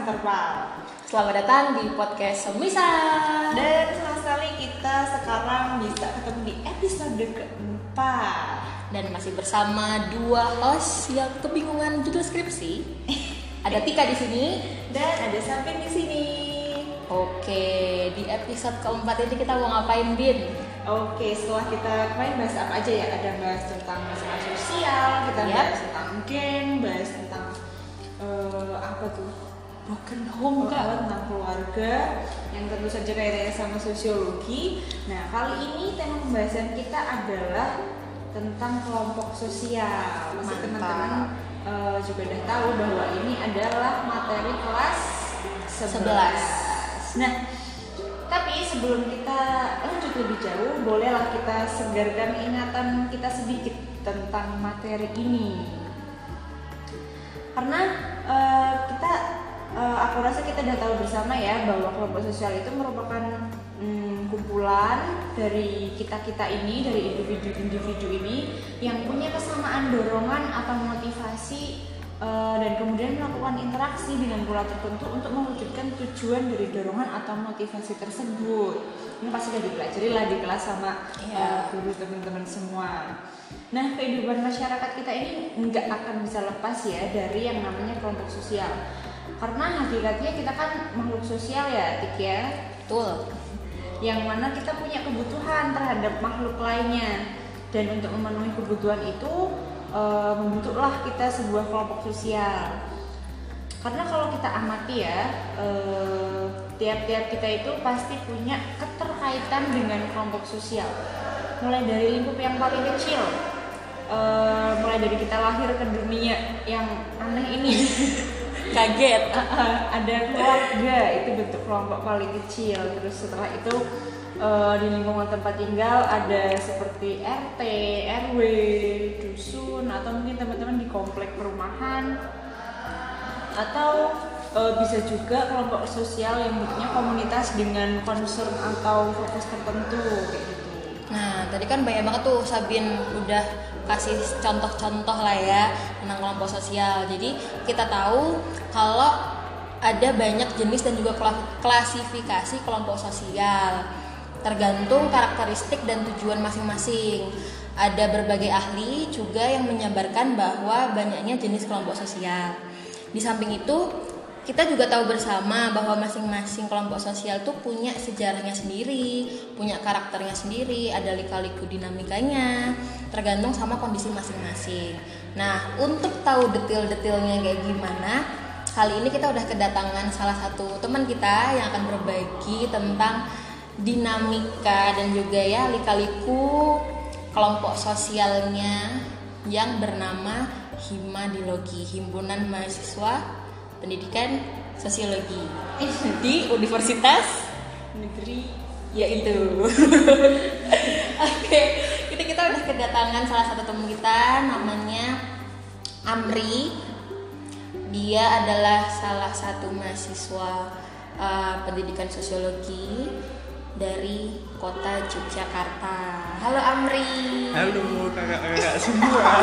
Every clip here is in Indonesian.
Interval. Selamat datang di podcast Semisal. Dan senang sekali kita sekarang bisa ketemu di episode keempat. Dan masih bersama dua host yang kebingungan judul skripsi. Ada Tika di sini dan ada Sapin di sini. Oke, di episode keempat ini kita mau ngapain, Bin? Oke, setelah kita kemarin bahas apa aja ya? Ada bahas tentang masalah sosial, kita bahas tentang geng, bahas tentang apa tuh? Broken home, tentang keluarga yang tentu saja kaitannya sama sosiologi. Nah, kali ini tema pembahasan kita adalah tentang kelompok sosial. Pasti teman-teman juga udah tahu bahwa ini adalah materi kelas 11. Nah, tapi sebelum kita lanjut lebih jauh, bolehlah kita segarkan ingatan kita sedikit tentang materi ini. Karena aku rasa kita udah tahu bersama ya bahwa kelompok sosial itu merupakan kumpulan dari kita-kita ini, dari individu-individu ini yang punya kesamaan dorongan atau motivasi dan kemudian melakukan interaksi dengan pola tertentu untuk mewujudkan tujuan dari dorongan atau motivasi tersebut. Ini pasti sudah dipelajari lah di kelas sama guru teman-teman semua. Nah, kehidupan masyarakat kita ini nggak akan bisa lepas ya dari yang namanya kelompok sosial. Karena hakikatnya kita kan makhluk sosial ya, Tik ya. Betul. Yang mana kita punya kebutuhan terhadap makhluk lainnya. Dan untuk memenuhi kebutuhan itu membentuklah kita sebuah kelompok sosial. Karena kalau kita amati ya, tiap-tiap kita itu pasti punya keterkaitan dengan kelompok sosial. Mulai dari lingkup yang paling kecil, mulai dari kita lahir ke dunia yang aneh ini. Kaget. Ada keluarga, itu bentuk kelompok paling kecil. Terus setelah itu di lingkungan tempat tinggal ada seperti RT, RW, dusun, atau mungkin teman-teman di komplek perumahan, atau bisa juga kelompok sosial yang bentuknya komunitas dengan concern atau fokus tertentu kayak gitu. Nah, tadi kan banyak banget tuh Sabin udah kasih contoh-contoh lah ya tentang kelompok sosial. Jadi kita tahu kalau ada banyak jenis dan juga klasifikasi kelompok sosial. Tergantung karakteristik dan tujuan masing-masing. Ada berbagai ahli juga yang menyabarkan bahwa banyaknya jenis kelompok sosial. Di samping itu, kita juga tahu bersama bahwa masing-masing kelompok sosial itu punya sejarahnya sendiri, punya karakternya sendiri, ada lika-liku dinamikanya, tergantung sama kondisi masing-masing. Nah, untuk tahu detail-detailnya kayak gimana, kali ini kita udah kedatangan salah satu teman kita yang akan berbagi tentang dinamika dan juga ya lika-liku kelompok sosialnya yang bernama Himadilogi, Himpunan Mahasiswa Pendidikan Sosiologi di Universitas Negeri yaitu. Oke, kita udah kedatangan salah satu teman kita namanya Amri. Dia adalah salah satu mahasiswa pendidikan sosiologi dari kota Yogyakarta. Halo Amri. Halo kakak-kakak semua.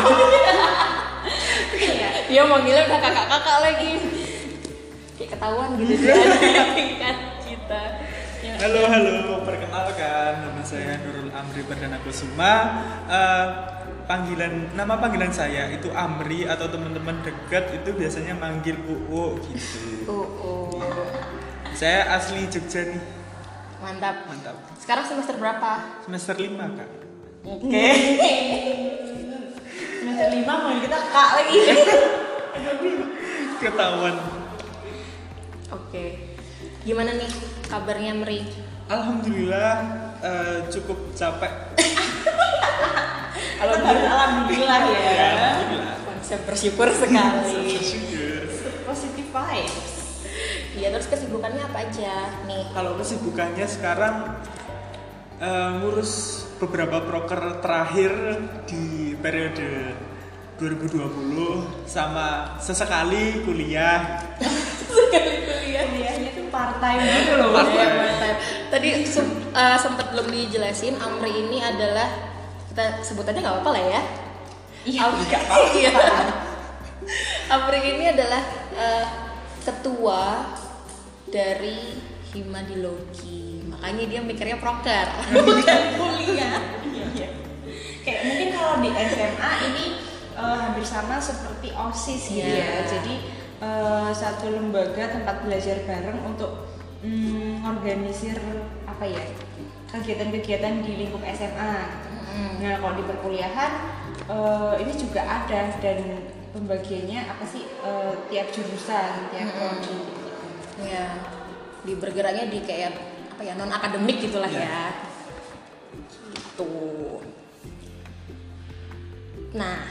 Dia manggilnya udah kakak-kakak lagi. Kayak ketahuan gitu kan kita. Halo, perkenalkan nama saya Nurul Amri Perdana Kusuma. Nama panggilan saya itu Amri, atau teman-teman dekat itu biasanya manggil Uu gitu. Saya asli Jogja nih. Mantap. Sekarang semester berapa? Semester 5 kak. Oke. Semester 5 mau kita kak lagi. Ketahuan. Oke. Gimana nih kabarnya Meri? Alhamdulillah cukup capek. Alhamdulillah ya. Konsep bersyukur sekali. Positive vibes. Iya, terus kesibukannya apa aja nih? Kalau kesibukannya sekarang ngurus beberapa proker terakhir di periode 2020 sama sesekali kuliah. Kuliahnya tuh part time gitu loh. Part-time. Tadi sempat belum dijelasin, Amri ini adalah, kita sebutannya nggak apa-apa lah ya. Iya, nggak apa-apa. Amri ini adalah ketua dari Hima di Logi, makanya dia mikirnya proker bukan kuliah. Kayak mungkin kalau di SMA ini hampir sama seperti OSIS gitu ya. Jadi satu lembaga tempat belajar bareng untuk organisir apa ya, kegiatan-kegiatan di lingkup SMA. Nah kalau di perkuliahan ini juga ada, dan pembagiannya apa sih, tiap jurusan, tiap prodi gitu. Ya, di bergeraknya di kayak apa ya, non akademik gitulah ya. Gitu. Nah,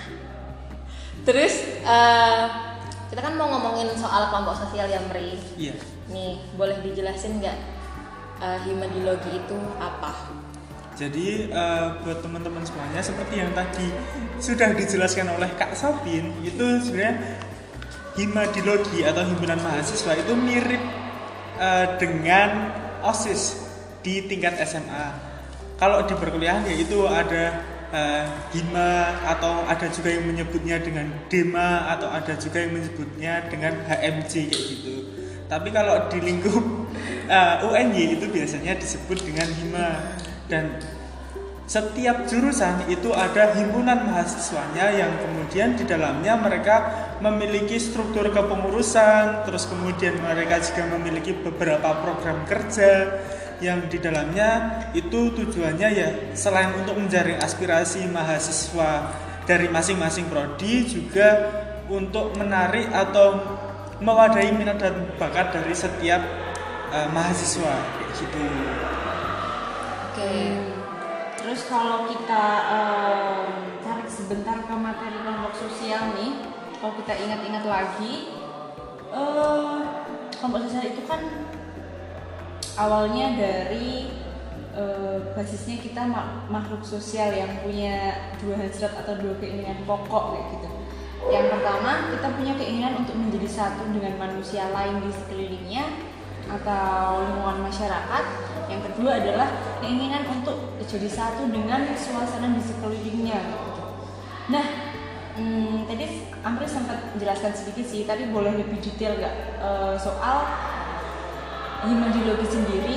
terus kita kan mau ngomongin soal kelompok sosial ya, Mri. Iya. Nih, boleh dijelasin nggak Hima di Logi itu apa? Jadi buat teman-teman semuanya, seperti yang tadi sudah dijelaskan oleh Kak Sabin, itu sebenarnya Hima di Logi atau himpunan mahasiswa itu mirip dengan OSIS di tingkat SMA. Kalau di perkuliahan ya itu ada Hima, atau ada juga yang menyebutnya dengan Dema, atau ada juga yang menyebutnya dengan HMJ kayak gitu. Tapi kalau di lingkup UNY itu biasanya disebut dengan Hima. Dan setiap jurusan itu ada himpunan mahasiswanya yang kemudian di dalamnya mereka memiliki struktur kepengurusan, terus kemudian mereka juga memiliki beberapa program kerja yang di dalamnya itu tujuannya ya selain untuk menjaring aspirasi mahasiswa dari masing-masing prodi, juga untuk menarik atau mewadahi minat dan bakat dari setiap mahasiswa kayak gitu. Oke. Terus kalau kita tarik sebentar ke materi kelompok sosial nih, kalau kita ingat-ingat lagi, kelompok sosial itu kan awalnya dari basisnya kita makhluk sosial yang punya dua hasrat atau dua keinginan pokok kayak gitu. Yang pertama, kita punya keinginan untuk menjadi satu dengan manusia lain di sekelilingnya atau lingkungan masyarakat. Yang kedua adalah keinginan untuk jadi satu dengan suasana di sekelilingnya. Nah, tadi Amri sempat menjelaskan sedikit sih, tapi boleh lebih detail nggak soal Hima di Logi sendiri,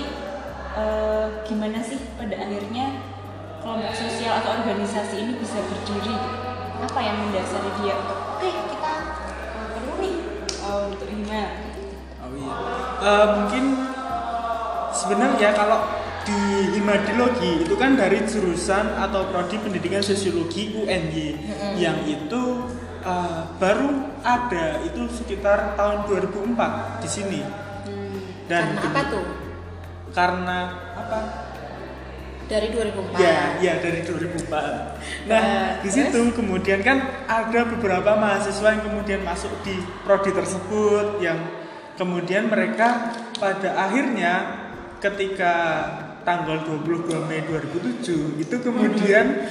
gimana sih pada akhirnya kelompok sosial atau organisasi ini bisa berdiri? Apa yang mendasari dia untuk kita perlu nih untuk Hima? Oh iya. Mungkin sebenarnya kalau di Hima di Logi itu kan dari jurusan atau prodi pendidikan sosiologi UNY yang itu baru ada itu sekitar tahun 2004 di sini. Dan karena apa tuh? Karena apa? Dari 2004. Ya dari 2004. Nah, di situ kemudian kan ada beberapa mahasiswa yang kemudian masuk di prodi tersebut, yang kemudian mereka pada akhirnya ketika tanggal 22 Mei 2007 itu kemudian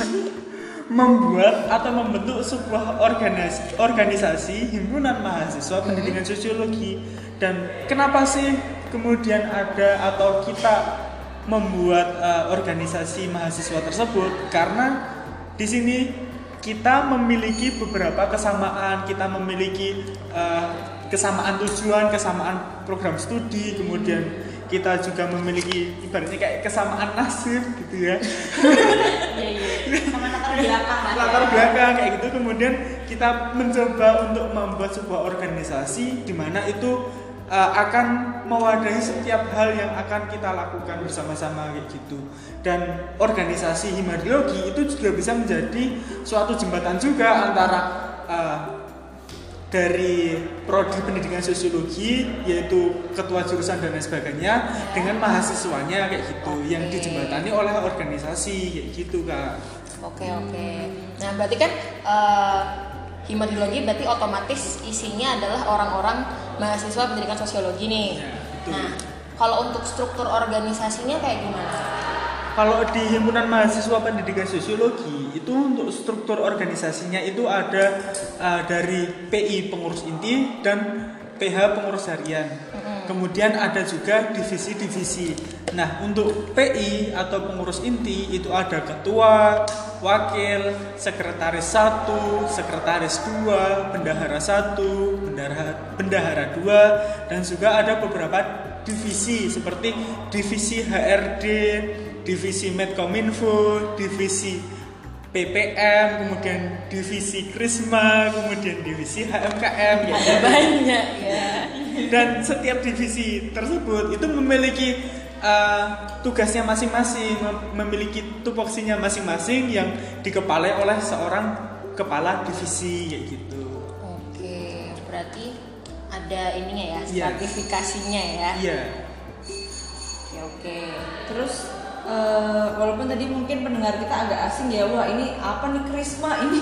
membuat atau membentuk sebuah organisasi himpunan mahasiswa pendidikan sosiologi. Dan kenapa sih kemudian ada atau kita membuat organisasi mahasiswa tersebut? Karena di sini kita memiliki beberapa kesamaan, kita memiliki kesamaan tujuan, kesamaan program studi, kemudian kita juga memiliki ibaratnya kayak kesamaan nasib gitu ya. Sama latar belakang kayak gitu. Kemudian kita mencoba untuk membuat sebuah organisasi di mana itu akan mewadahi setiap hal yang akan kita lakukan bersama-sama kayak gitu. Dan organisasi Hima di Logi itu juga bisa menjadi suatu jembatan juga antara dari prodi pendidikan sosiologi, yaitu ketua jurusan dan lain sebagainya, dengan mahasiswanya kayak gitu, yang dijembatani oleh organisasi kayak gitu, Kak. Oke. Nah, berarti kan Hima di Logi berarti otomatis isinya adalah orang-orang mahasiswa pendidikan sosiologi nih. Ya, nah, kalau untuk struktur organisasinya kayak gimana? Kalau di himpunan mahasiswa pendidikan sosiologi itu untuk struktur organisasinya itu ada dari PI pengurus inti dan PH pengurus harian. Kemudian ada juga divisi-divisi. Nah, untuk PI atau pengurus inti itu ada ketua, wakil, sekretaris 1, sekretaris 2, bendahara 1, bendahara 2, dan juga ada beberapa divisi seperti divisi HRD, divisi Medkominfo, divisi PPM, kemudian divisi Krisma, kemudian divisi HMKM, ya. Banyak ya. Dan setiap divisi tersebut itu memiliki tugasnya masing-masing, memiliki tupoksinya masing-masing yang dikepalai oleh seorang kepala divisi kayak gitu. Oke, berarti ada ininya ya, Iya. stratifikasinya ya. Iya. Oke. Terus walaupun tadi mungkin pendengar kita agak asing ya, wah ini apa nih Krisma ini?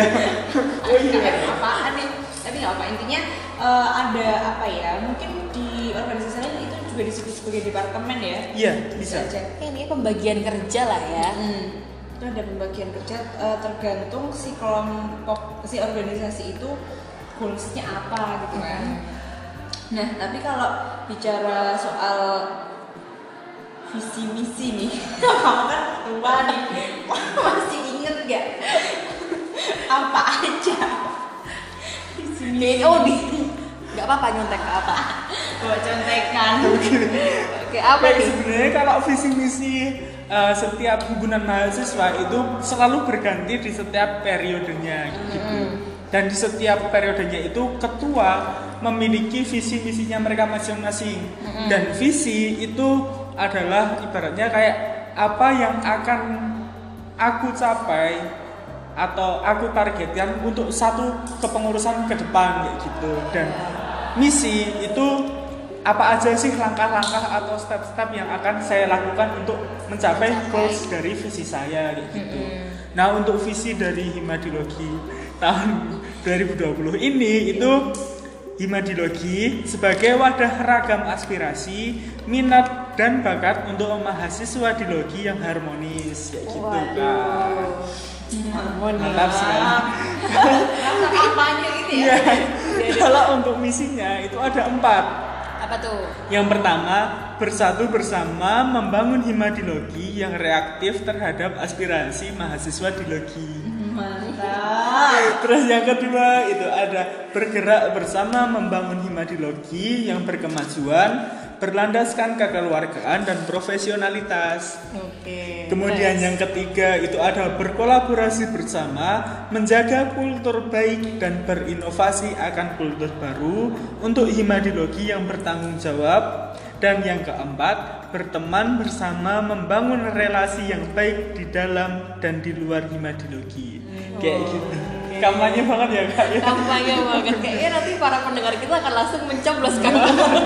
Apaan nih? Tapi nggak apa, intinya ada apa ya? Mungkin di organisasi lain itu juga disebut sebagai departemen ya? Iya, bisa. aja. Ini pembagian kerja lah ya. Itu ada pembagian kerja tergantung si kelompok, si organisasi itu goalsnya apa gitu kan. Nah, tapi kalau bicara soal visi misi nih, kamu kan tua nih, masih inget gak apa aja visi misi? Nggak apa-apa nyontek ke apa? Buat contekan. Oke, apa Baik, nih? sebenarnya kalau visi misi setiap himpunan mahasiswa itu selalu berganti di setiap periodenya gitu. Dan di setiap periodenya itu ketua memiliki visi misinya mereka masing-masing. Dan visi itu adalah ibaratnya kayak apa yang akan aku capai atau aku targetkan untuk satu kepengurusan ke depan kayak gitu. Dan misi itu apa aja sih langkah-langkah atau step-step yang akan saya lakukan untuk mencapai goals dari visi saya kayak gitu. Nah, untuk visi dari Himadilogi tahun 2020 ini itu Himadilogi sebagai wadah ragam aspirasi, minat dan bakat untuk mahasiswa di logi yang harmonis kayak gitu kan. Mantap sekali. Rasa kampanye gitu ya? Iya. Kalau untuk misinya itu ada 4. Apa tuh? Yang pertama, bersatu bersama membangun Himadilogi yang reaktif terhadap aspirasi mahasiswa di logi. Mantap. Terus yang kedua itu ada bergerak bersama membangun Himadilogi yang berkemajuan, berlandaskan kekeluargaan dan profesionalitas. Oke. Kemudian yang ketiga itu ada berkolaborasi bersama, menjaga kultur baik dan berinovasi akan kultur baru untuk Himadilogi yang bertanggung jawab. Dan yang keempat, berteman bersama membangun relasi yang baik di dalam dan di luar Himadilogi. Kayak gitu. Kampanye banget ya Kak ya. Kampanye banget. Kayaknya nanti para pendengar kita akan langsung mencoblos kan.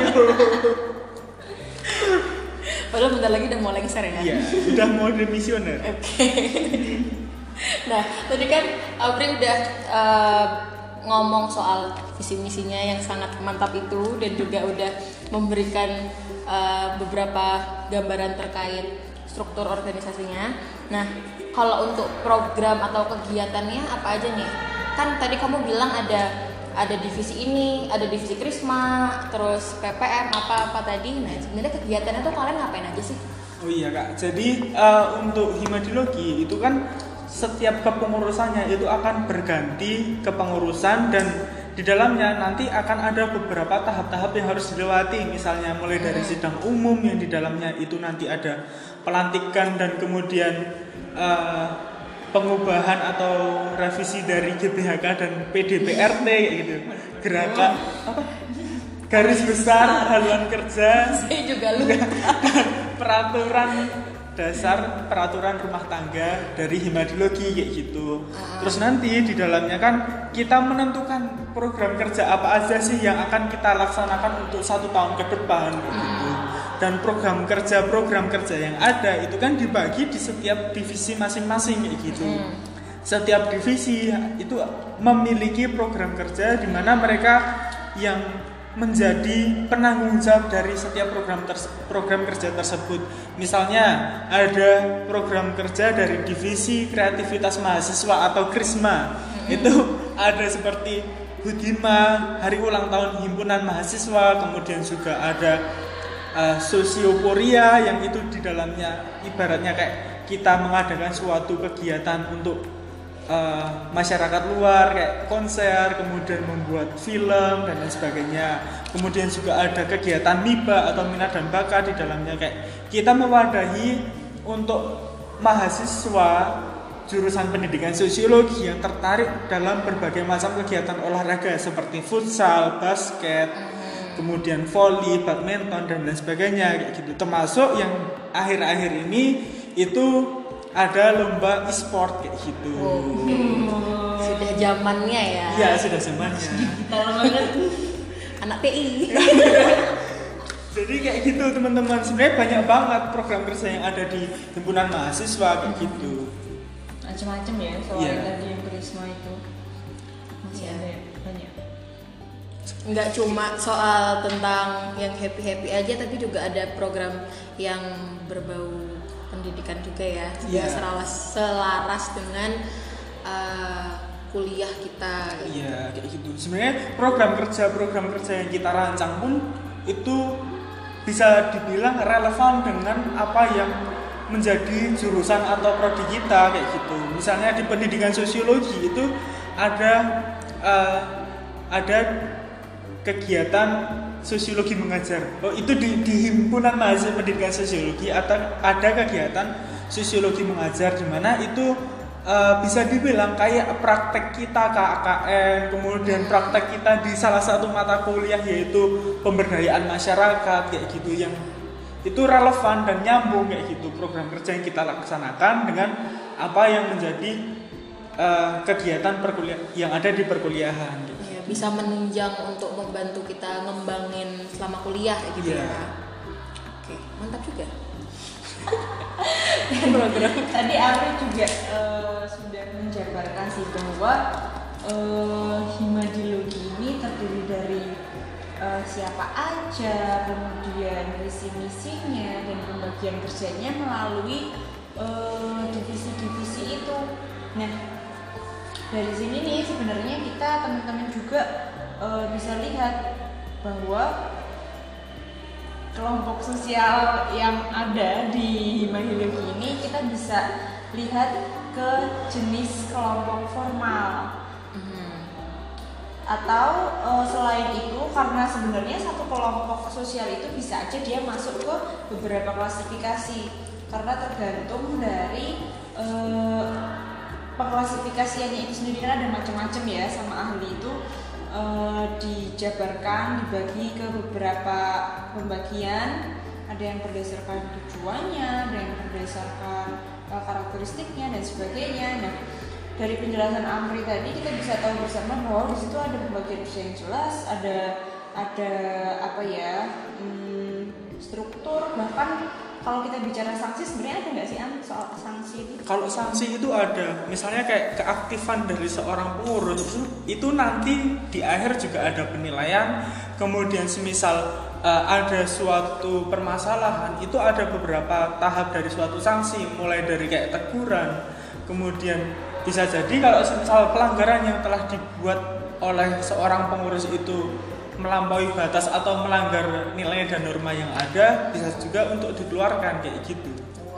Padahal bentar lagi udah mau lengser ya. Iya, udah mau demisioner. Oke. Nah, tadi kan Apri udah ngomong soal visi misinya yang sangat mantap itu dan juga udah memberikan beberapa gambaran terkait struktur organisasinya. Nah, kalau untuk program atau kegiatannya apa aja nih? Kan tadi kamu bilang ada divisi ini, ada divisi Krisma, terus PPM apa tadi. Nah, sebenarnya kegiatannya tuh kalian ngapain aja sih? Oh iya Kak, jadi untuk Himadilogi itu kan setiap kepengurusannya itu akan berganti kepengurusan dan di dalamnya nanti akan ada beberapa tahap-tahap yang harus dilewati. Misalnya mulai dari sidang umum yang di dalamnya itu nanti ada pelantikan dan kemudian pengubahan atau revisi dari GBHK dan PDPRT gitu. Gerakan apa? Garis besar haluan kerja. Saya juga lupa. Dan peraturan dasar peraturan rumah tangga dari Himadilogi kayak gitu. Terus nanti di dalamnya kan kita menentukan program kerja apa aja sih yang akan kita laksanakan untuk 1 tahun ke depan gitu. Dan program kerja yang ada itu kan dibagi di setiap divisi masing-masing kayak gitu. Setiap divisi itu memiliki program kerja di mana mereka yang menjadi penanggung jawab dari setiap program kerja tersebut. Misalnya ada program kerja dari divisi kreativitas mahasiswa atau Krisma. Itu ada seperti HUT Hima, hari ulang tahun himpunan mahasiswa, kemudian juga ada Sosioporia yang itu di dalamnya ibaratnya kayak kita mengadakan suatu kegiatan untuk masyarakat luar kayak konser, kemudian membuat film dan lain sebagainya. Kemudian juga ada kegiatan MIBA atau minat dan bakat di dalamnya kayak kita mewadahi untuk mahasiswa jurusan pendidikan sosiologi yang tertarik dalam berbagai macam kegiatan olahraga seperti futsal, basket, kemudian volley, badminton dan lain sebagainya kayak gitu. Termasuk yang akhir-akhir ini itu ada lomba e-sport kayak gitu. Sudah zamannya ya. Iya, sudah zamannya. Digital banget. Anak PI. Jadi kayak gitu teman-teman. Sebenarnya banyak banget program kerja yang ada di himpunan mahasiswa kayak gitu. Macam-macam ya, soalnya Iya. tadi yang Krisma itu masih ada ya, banyak. Nggak cuma soal tentang yang happy-happy aja, tapi juga ada program yang berbau pendidikan juga ya, Iya. selaras dengan kuliah kita. Iya, kayak gitu. Sebenarnya program kerja yang kita rancang pun itu bisa dibilang relevan dengan apa yang menjadi jurusan atau prodi kita kayak gitu. Misalnya di pendidikan sosiologi itu ada kegiatan sosiologi mengajar. Oh, itu di himpunan mahasiswa pendidikan sosiologi atau ada kegiatan sosiologi mengajar di mana itu bisa dibilang kayak praktek kita KKN, kemudian praktek kita di salah satu mata kuliah yaitu pemberdayaan masyarakat kayak gitu, yang itu relevan dan nyambung kayak gitu program kerja yang kita laksanakan dengan apa yang menjadi kegiatan yang ada di perkuliahan gitu. Ya, bisa menunjang untuk membantu kita ngembangin selama kuliah kayak gitu Iya. ya. Oke, mantap juga. Program. Tadi Ari juga sudah menjabarkan sih bahwa himadiologi ini terdiri dari siapa aja, kemudian visi misinya dan pembagian kerjanya melalui divisi-divisi itu. Nah, dari sini nih sebenarnya kita teman-teman juga bisa lihat bahwa kelompok sosial yang ada di himadiologi ini kita bisa lihat ke jenis kelompok formal. Atau selain itu, karena sebenarnya satu kelompok sosial itu bisa aja dia masuk ke beberapa klasifikasi, karena tergantung dari pengklasifikasiannya itu sendiri, kan ada macam-macam ya sama ahli itu dijabarkan, dibagi ke beberapa pembagian. Ada yang berdasarkan tujuannya, ada yang berdasarkan karakteristiknya dan sebagainya. Nah, dari penjelasan Amri tadi kita bisa tahu bersama bahwa di situ ada pembagian usia yang jelas, ada apa ya, struktur, bahkan kalau kita bicara sanksi sebenarnya ada nggak sih soal sanksi itu? Kalau sanksi itu ada, misalnya kayak keaktifan dari seorang pengurus itu nanti di akhir juga ada penilaian. Kemudian semisal ada suatu permasalahan, itu ada beberapa tahap dari suatu sanksi, mulai dari kayak teguran, kemudian bisa jadi kalau semisal pelanggaran yang telah dibuat oleh seorang pengurus itu melampaui batas atau melanggar nilai dan norma yang ada, bisa juga untuk dikeluarkan kayak gitu.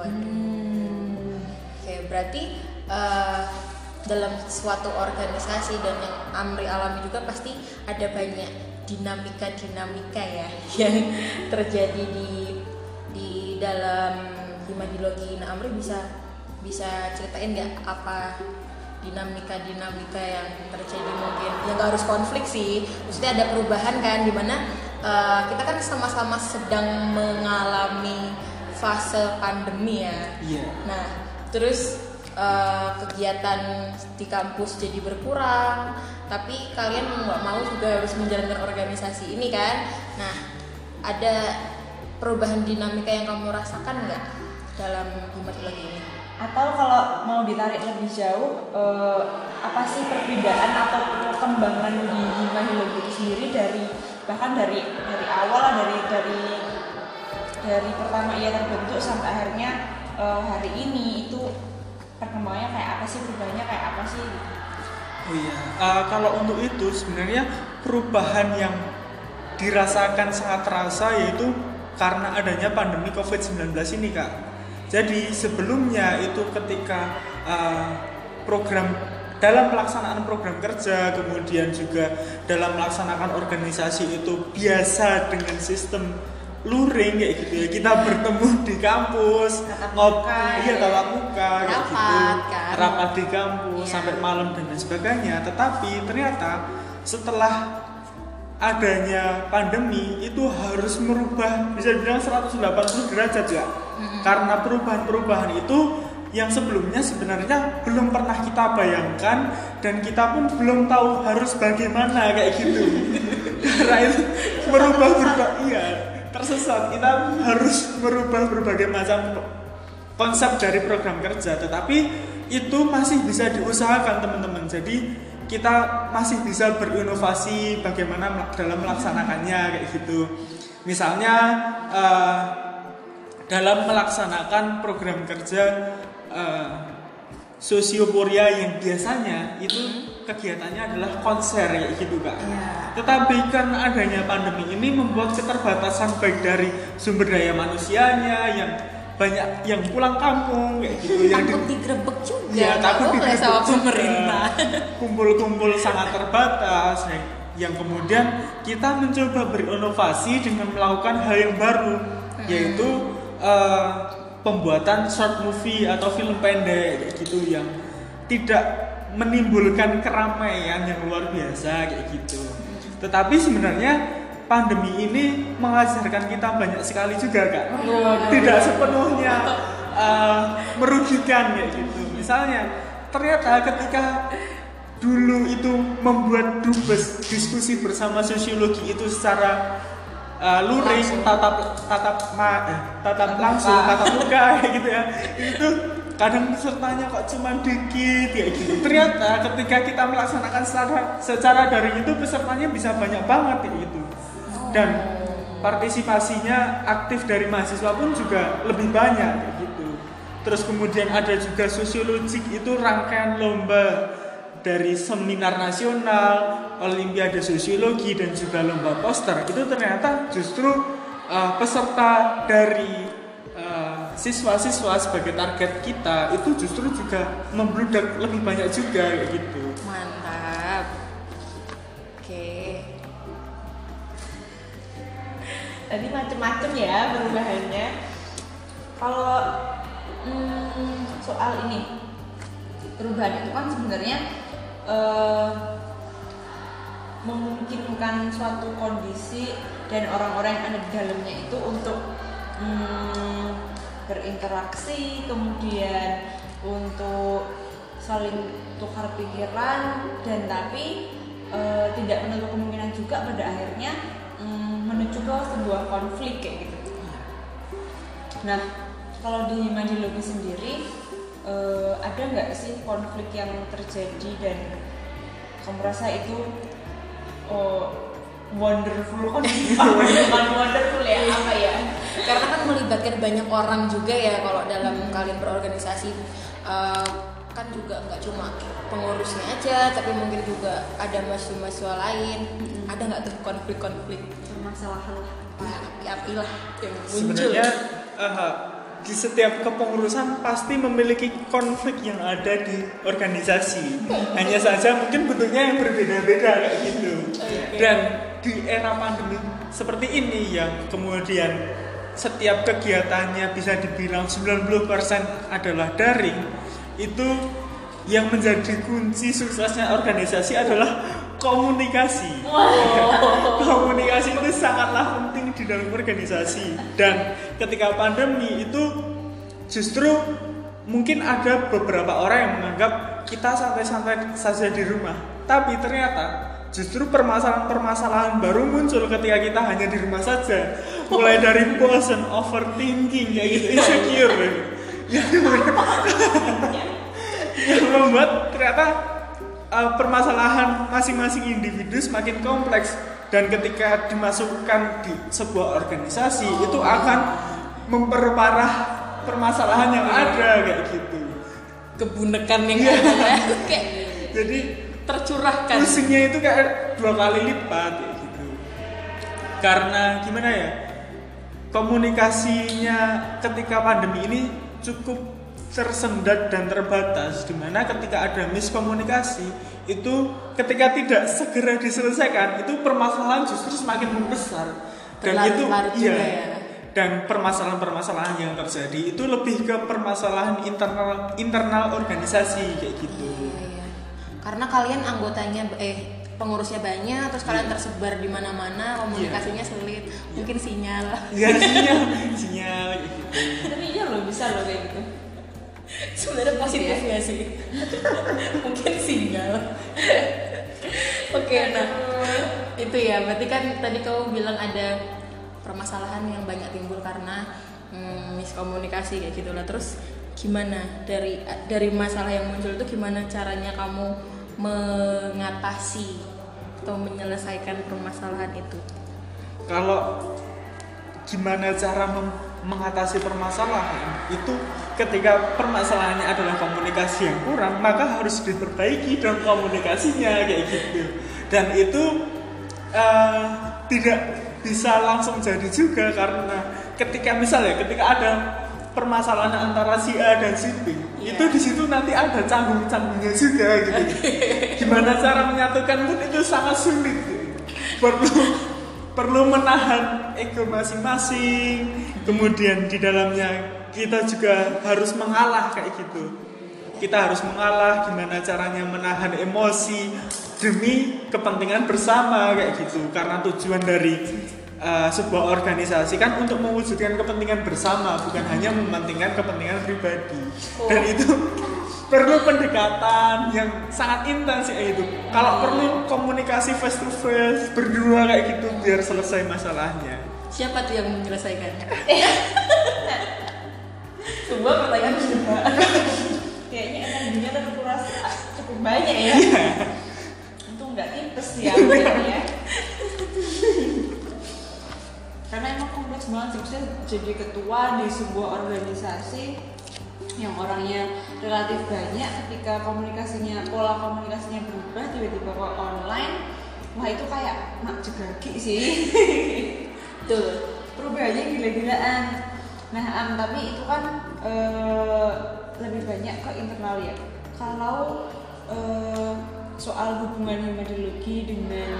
Oke, berarti dalam suatu organisasi dan yang Amri alami juga pasti ada banyak dinamika ya yang terjadi di dalam himadiologi. Nah, Amri bisa ceritain nggak apa dinamika yang terjadi, mungkin yang nggak harus konflik sih, maksudnya ada perubahan kan, dimana kita kan sama-sama sedang mengalami fase pandemi ya. Iya. Nah, terus kegiatan di kampus jadi berkurang, tapi kalian mau nggak mau juga harus menjalankan organisasi ini kan. Nah, ada perubahan dinamika yang kamu rasakan nggak dalam himadiologi ini? Atau kalau mau ditarik lebih jauh, apa sih perbedaan atau perkembangan di himadiologi itu sendiri bahkan dari awal lah, dari pertama ia terbentuk sampai akhirnya hari ini, itu perkembangannya kayak apa sih, perubahannya kayak apa sih? Oh iya, kalau untuk itu sebenarnya perubahan yang dirasakan sangat terasa yaitu karena adanya pandemi COVID-19 ini Kak. Jadi sebelumnya itu ketika program dalam pelaksanaan program kerja, kemudian juga dalam melaksanakan organisasi itu biasa dengan sistem luring kayak gitu ya, kita bertemu di kampus, tatap muka kayak gitu, kan? rapat di kampus Iya. sampai malam dan lain sebagainya. Tetapi ternyata setelah adanya pandemi itu harus merubah, bisa dibilang 180 derajat ya. Karena perubahan-perubahan itu yang sebelumnya sebenarnya belum pernah kita bayangkan dan kita pun belum tahu harus bagaimana kayak gitu. Karena itu iya, tersesat. Kita harus merubah berbagai macam konsep dari program kerja, tetapi itu masih bisa diusahakan teman-teman. Jadi kita masih bisa berinovasi bagaimana dalam melaksanakannya kayak gitu. Misalnya dalam melaksanakan program kerja Sosioporia yang biasanya itu kegiatannya adalah konser kayak gitu Kak. Tetapi karena adanya pandemi ini membuat keterbatasan baik dari sumber daya manusianya yang banyak yang pulang kampung kayak gitu, yang Takut digrebek juga. ya, takut nggak boleh sama digrebek juga. pemerintah. Kumpul-kumpul sangat terbatas yang kemudian kita mencoba berinovasi dengan melakukan hal yang baru, yaitu pembuatan short movie atau film pendek kayak gitu yang tidak menimbulkan keramaian yang luar biasa kayak gitu. Tetapi sebenarnya pandemi ini mengajarkan kita banyak sekali juga Kak. Tidak sepenuhnya merugikan kayak gitu. Misalnya ternyata ketika dulu itu membuat dubes diskusi bersama sosiologi itu secara luring, tatap muka kayak gitu ya, itu kadang pesertanya kok cuma dikit kayak gitu. Ternyata ketika kita melaksanakan secara daring itu pesertanya bisa banyak banget kayak gitu, dan partisipasinya aktif dari mahasiswa pun juga lebih banyak kayak gitu. Terus kemudian ada juga sosiologik, itu rangkaian lomba dari seminar nasional, olimpiade sosiologi dan juga lomba poster. Itu ternyata justru peserta dari siswa-siswa sebagai target kita itu justru juga membludak lebih banyak juga kayak gitu. Mantap. Oke. Tadi macam-macam ya perubahannya. Kalau soal ini, perubahan itu kan sebenarnya memungkinkan suatu kondisi dan orang-orang yang ada di dalamnya itu untuk berinteraksi, kemudian untuk saling tukar pikiran, dan tapi tidak menutup kemungkinan juga pada akhirnya menuju ke sebuah konflik kayak gitu. Nah, kalau di Himadiologi sendiri ada nggak sih konflik yang terjadi dan kamu rasa itu wonderful kan? Bukan wonderful ya, apa ya? Karena kan melibatkan banyak orang juga ya kalau dalam kalian berorganisasi. Kan juga nggak cuma pengurusnya aja, tapi mungkin juga ada mahasiswa lain. Ada nggak tuh konflik-konflik, Permasalahan api-api lah yang muncul? Sebenarnya di setiap kepengurusan pasti memiliki konflik yang ada di organisasi. Hanya saja mungkin bentuknya yang berbeda-beda kayak gitu. Dan di era pandemi seperti ini yang kemudian setiap kegiatannya bisa dibilang 90% adalah daring, itu yang menjadi kunci suksesnya organisasi adalah komunikasi. Komunikasi itu sangatlah penting di dalam organisasi. Dan ketika pandemi itu justru mungkin ada beberapa orang yang menganggap kita santai-santai saja di rumah, tapi ternyata justru permasalahan-permasalahan baru muncul ketika kita hanya di rumah saja. Mulai dari bosan, overthinking, kayak gitu, insecure, yang membuat ternyata permasalahan masing-masing individu semakin kompleks, dan ketika dimasukkan di sebuah organisasi itu akan memperparah permasalahan yang ada kayak gitu. Kebunekan yang ada. Jadi tercurahkan. Pusingnya itu kayak 2 kali lipat kayak gitu. Karena gimana ya? Komunikasinya ketika pandemi ini cukup tersendat dan terbatas, dimana ketika ada miskomunikasi itu ketika tidak segera diselesaikan itu permasalahan justru semakin membesar dan itu iya ya. Dan permasalahan-permasalahan yang terjadi itu lebih ke permasalahan internal organisasi kayak gitu. Iya. Karena kalian anggotanya pengurusnya banyak, terus kalian tersebar di mana-mana, komunikasinya sulit, mungkin sinyal. Iya sinyal kayak gitu. Tapi iya loh, bisa loh kayak gitu. Sebenarnya positif ya sih. Mungkin sinyal. Oke, nah itu ya. Berarti kan tadi kamu bilang ada permasalahan yang banyak timbul karena miskomunikasi kayak gitu lah. Terus gimana dari masalah yang muncul itu gimana caranya kamu mengatasi atau menyelesaikan permasalahan itu? Kalau gimana cara mengatasi permasalahan itu ketika permasalahannya adalah komunikasi yang kurang, maka harus diperbaiki dong komunikasinya kayak gitu. Dan itu tidak bisa langsung jadi juga, karena ketika ada permasalahan antara si A dan si B, itu di situ nanti ada canggung-canggungnya juga gitu. Gimana cara menyatukan pun itu sangat sulit. Perlu menahan ego masing-masing. Kemudian di dalamnya kita juga harus mengalah kayak gitu. Kita harus mengalah, gimana caranya menahan emosi demi kepentingan bersama kayak gitu. Karena tujuan dari sebuah organisasi kan untuk mewujudkan kepentingan bersama, bukan hanya mementingkan kepentingan pribadi. Dan itu perlu pendekatan yang sangat intens ya itu. Kalau perlu komunikasi face to face berdua kayak gitu biar selesai masalahnya. Siapa tuh yang menyelesaikan? Sebuah pertanyaan juga. Kayaknya energinya terkuras cukup banyak ya. Itu nggak tipes ya ya. Karena emang kompleks banget sih, maksudnya jadi ketua di sebuah organisasi yang orangnya relatif banyak, ketika pola komunikasinya berubah tiba-tiba ke online, wah itu kayak mak jegagi sih. Tuh perubahannya gila-gilaan. Nah tapi itu kan lebih banyak ke internal ya. Kalau soal hubungan hematologi dengan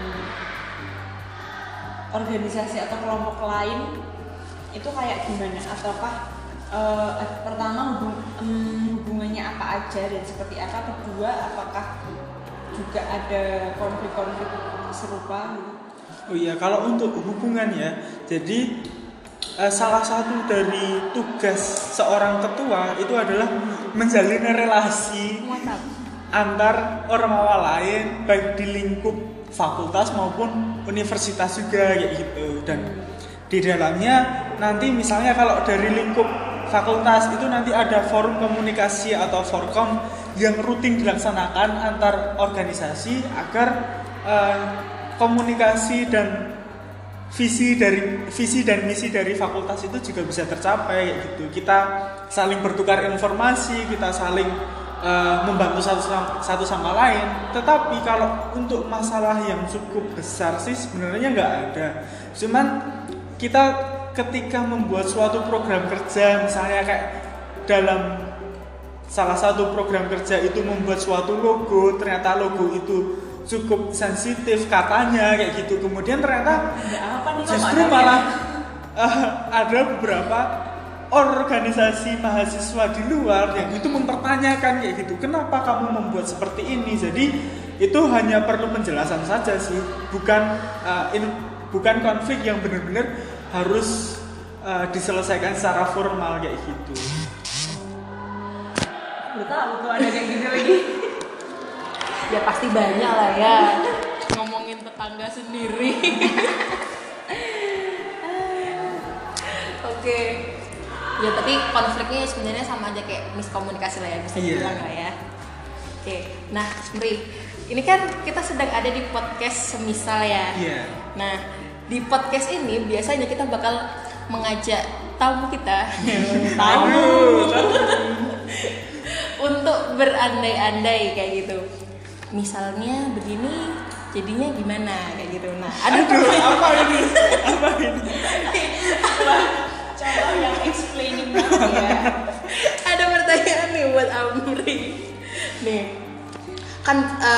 organisasi atau kelompok lain itu kayak gimana? Ataukah pertama hubungannya apa aja dan seperti apa? Kedua, apakah juga ada konflik-konflik serupa gitu? Oh iya, kalau untuk hubungan ya, jadi salah satu dari tugas seorang ketua itu adalah menjalin relasi antar ormawa lain, baik di lingkup fakultas maupun universitas juga kayak gitu. Dan di dalamnya nanti misalnya kalau dari lingkup fakultas itu nanti ada forum komunikasi atau forkom yang rutin dilaksanakan antar organisasi agar komunikasi dan visi dan misi dari fakultas itu juga bisa tercapai gitu. Kita saling bertukar informasi, kita saling membantu satu sama lain. Tetapi kalau untuk masalah yang cukup besar sih sebenarnya nggak ada. Cuman kita ketika membuat suatu program kerja, misalnya kayak dalam salah satu program kerja itu membuat suatu logo, ternyata logo itu cukup sensitif katanya kayak gitu. Kemudian ternyata justru malah ada beberapa organisasi mahasiswa di luar yang itu mempertanyakan kayak gitu, kenapa kamu membuat seperti ini. Jadi itu hanya perlu penjelasan saja sih, bukan konflik yang benar-benar harus diselesaikan secara formal kayak gitu. Betul tuh ada kayak gitu lagi. Ya pasti banyak lah ya. Ngomongin tetangga sendiri. Oke. Ya tapi konfliknya sebenarnya sama aja kayak miskomunikasi lah ya, bisa dibilang lah ya. Oke. Nah, Smri, ini kan kita sedang ada di podcast semisal ya. Iya. Nah, di podcast ini biasanya kita bakal mengajak tamu kita untuk berandai-andai kayak gitu. misalnya begini jadinya gimana kayak gitu. Nah, Aduh, apa ini? Apa ini? Contoh yang explaining banget ya. ada pertanyaan nih buat Amri. Nih, kan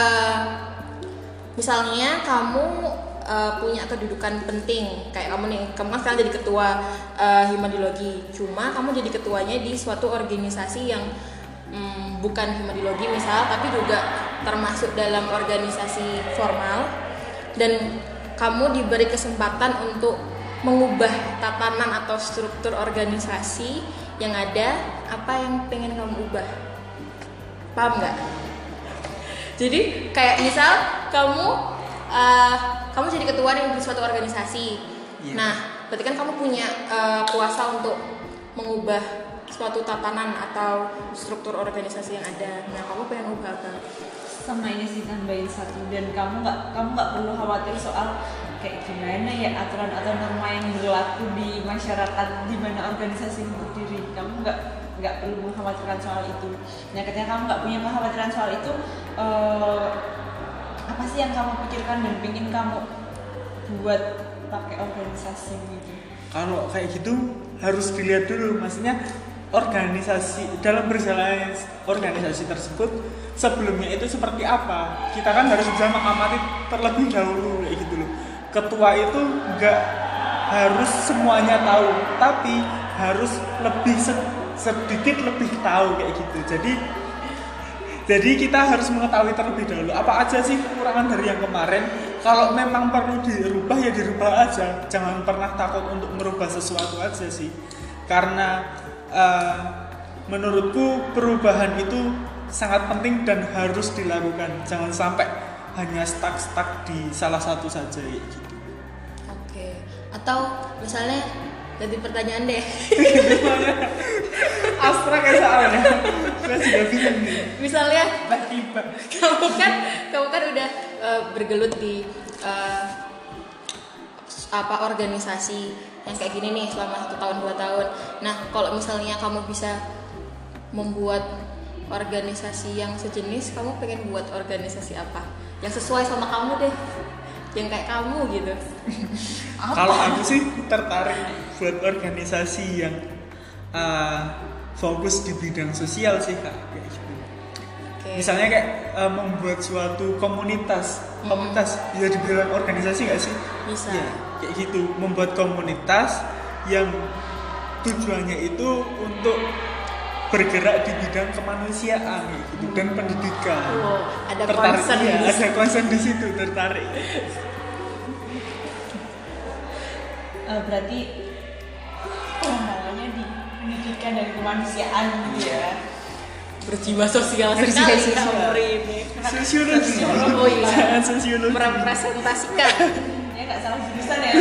misalnya kamu punya kedudukan penting, kayak kamu nih, kamu kan sekarang jadi ketua Himadiologi. Cuma kamu jadi ketuanya di suatu organisasi yang bukan Himadiologi misal, tapi juga termasuk dalam organisasi formal, dan kamu diberi kesempatan untuk mengubah tatanan atau struktur organisasi yang ada. Apa yang pengen kamu ubah? Paham nggak? Jadi kayak misal kamu jadi ketua di suatu organisasi. Yeah. Nah, berarti kan kamu punya kuasa untuk mengubah suatu tatanan atau struktur organisasi yang ada. Nah, kamu pengen ubah apa? Sama ini sih tambahin satu, dan kamu nggak perlu khawatir soal kayak gimana ya aturan atau norma yang berlaku di masyarakat di mana organisasi itu berdiri. Kamu nggak perlu mengkhawatirkan soal itu. Nah, ketika kamu nggak punya kekhawatiran soal itu, apa sih yang kamu pikirkan dan ingin kamu buat pakai organisasi gitu? Kalau kayak gitu harus dilihat dulu, maksudnya organisasi, dalam berjalannya organisasi tersebut sebelumnya itu seperti apa. Kita kan harus bisa mengamati terlebih dahulu kayak gitu loh. Ketua itu nggak harus semuanya tahu, tapi harus lebih sedikit lebih tahu kayak gitu. Jadi kita harus mengetahui terlebih dahulu apa aja sih kekurangan dari yang kemarin. Kalau memang perlu dirubah ya dirubah aja. Jangan pernah takut untuk merubah sesuatu aja sih. Karena menurutku perubahan itu sangat penting dan harus dilakukan. Jangan sampai hanya stuck di salah satu saja gitu. Oke. Atau misalnya ganti pertanyaan deh. Abstrak ya soalnya. Saya juga bingung nih. Misalnya Tiba-tiba. kamu kan udah bergelut di organisasi yang kayak gini nih selama 1 tahun 2 tahun. Nah, kalau misalnya kamu bisa membuat organisasi yang sejenis, kamu pengen buat organisasi apa? Yang sesuai sama kamu deh, yang kayak kamu gitu. Kalau aku sih tertarik buat organisasi yang fokus di bidang sosial sih kak. Kayak gitu. Okay. Misalnya kayak membuat suatu komunitas bisa dibilang organisasi nggak sih? Bisa. Ya, kayak gitu, membuat komunitas yang tujuannya itu untuk bergerak di bidang kemanusiaan gitu, dan pendidikan. Wow, ada Tertarik, concern iya, di situ. ada concern di situ, tertarik. Berarti pengembangannya di pendidikan dan kemanusiaan gitu ya. Berjiwa sosial Berjiwa sekali sosial. Amri ini. Sosiologi. Oh iya. Jangan sosiologi. Merepresentasikan. Ya nggak salah jurusan ya.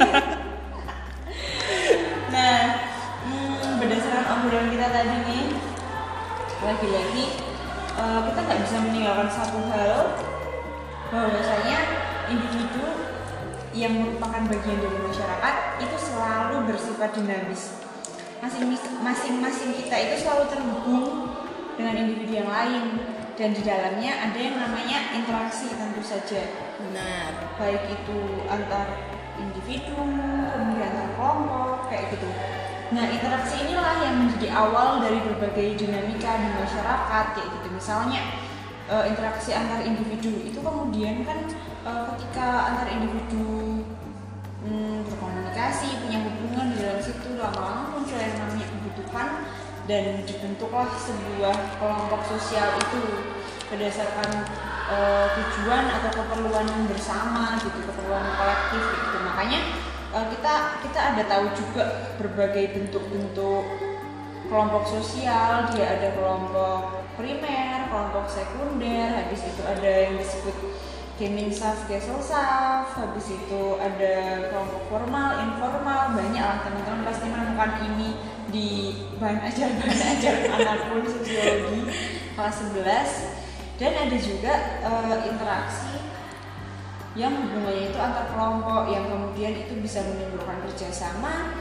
Nah, berdasarkan obrolan kita tadi nih, lagi-lagi kita nggak bisa meninggalkan satu hal, bahwasanya individu yang merupakan bagian dari masyarakat itu selalu bersifat dinamis. Masing-masing kita itu selalu terhubung dengan individu yang lain, dan di dalamnya ada yang namanya interaksi tentu saja. Benar. Baik itu antar individu, kemudian antar kelompok, kayak gitu. Nah, interaksi inilah yang menjadi awal dari berbagai dinamika di masyarakat, kayak gitu. Misalnya interaksi antar individu itu kemudian kan ketika antar individu berkomunikasi, punya hubungan di dalam situ, lama-lama muncul yang namanya kebutuhan, dan dibentuklah sebuah kelompok sosial itu berdasarkan tujuan atau keperluan bersama gitu, keperluan kolektif gitu. Makanya kita ada tahu juga berbagai bentuk-bentuk kelompok sosial. Dia ada kelompok primer, kelompok sekunder, habis itu ada yang disebut Geminsaf, Geselsaf, habis itu ada kelompok formal, informal. Banyak lah teman-teman pasti menemukan ini di bahan ajar manapun sosiologi kelas 11. Dan ada juga interaksi yang hubungannya itu antar kelompok, yang kemudian itu bisa menimbulkan kerjasama,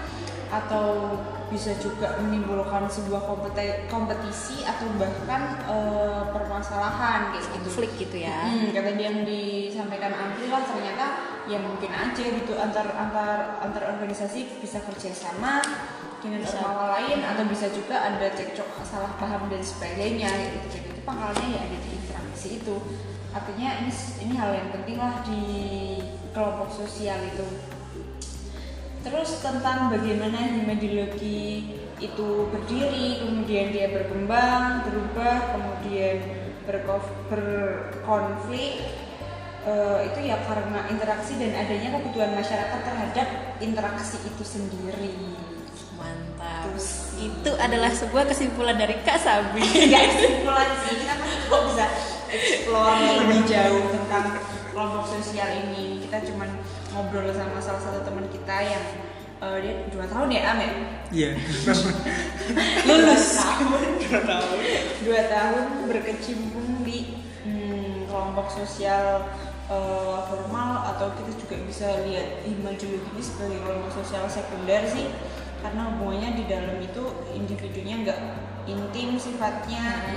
atau bisa juga menimbulkan sebuah kompetisi atau bahkan permasalahan kayak gitu. Konflik gitu ya. Kata dia yang disampaikan Amri lah, ternyata ya mungkin aja gitu antar organisasi bisa kerjasama dengan ormawa lain, atau bisa juga ada cekcok, salah paham dan sebagainya gitu. Jadi itu pangkalnya ya ada di interaksi itu. Artinya ini hal yang penting lah di kelompok sosial itu. Terus tentang bagaimana himadiologi itu berdiri, kemudian dia berkembang, berubah, kemudian berkonflik, itu ya karena interaksi dan adanya kebutuhan masyarakat terhadap interaksi itu sendiri. Mantap. Itu adalah sebuah kesimpulan dari Kak Sabi. Enggak kesimpulan sih, kita kan juga bisa explore lebih jauh tentang kelompok sosial ini. Kita cuman ngobrol sama salah satu teman kita yang dia 2 tahun ya Am ya? Iya. Lulus 2 tahun. 2 tahun berkecimpung di kelompok sosial formal, atau kita juga bisa lihat himadiologi ini sebagai kelompok sosial sekunder sih, karena hubungannya di dalam itu individunya nggak intim sifatnya,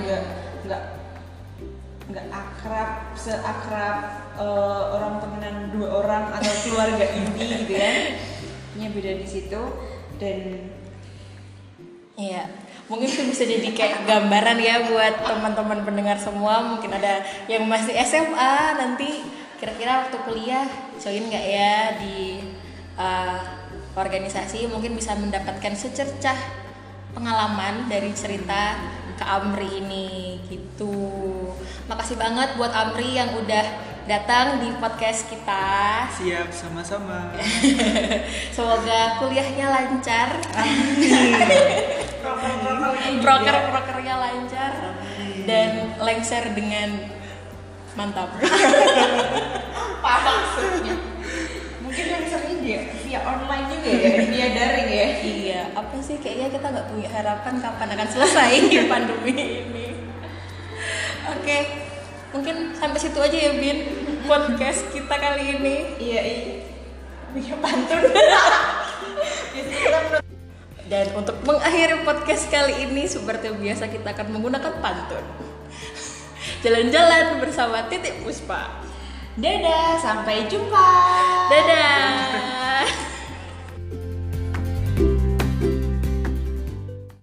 nggak akrab seakrab orang temenan 2 orang atau keluarga inti gitu ya. Ini beda di situ. Dan iya, mungkin itu bisa jadi kayak gambaran ya buat teman-teman pendengar semua. Mungkin ada yang masih SMA, nanti kira-kira waktu kuliah join nggak ya di organisasi, mungkin bisa mendapatkan secercah pengalaman dari cerita Kak Amri ini gitu. Makasih banget buat Amri yang udah datang di podcast kita. Siap, sama-sama. Semoga kuliahnya lancar. Proker-prokernya lancar dan lengser dengan mantap. apa maksudnya? Mungkin yang sering dia via online juga ya, via daring ya. Iya, apa sih kayaknya kita nggak punya harapan kapan akan selesai pandemi ini. Oke, mungkin sampai situ aja ya Bin podcast kita kali ini. Iya, punya pantun. Dan untuk mengakhiri podcast kali ini seperti biasa kita akan menggunakan pantun. Jalan-jalan bersama Titik Puspa. Dadah, sampai jumpa. Dadah.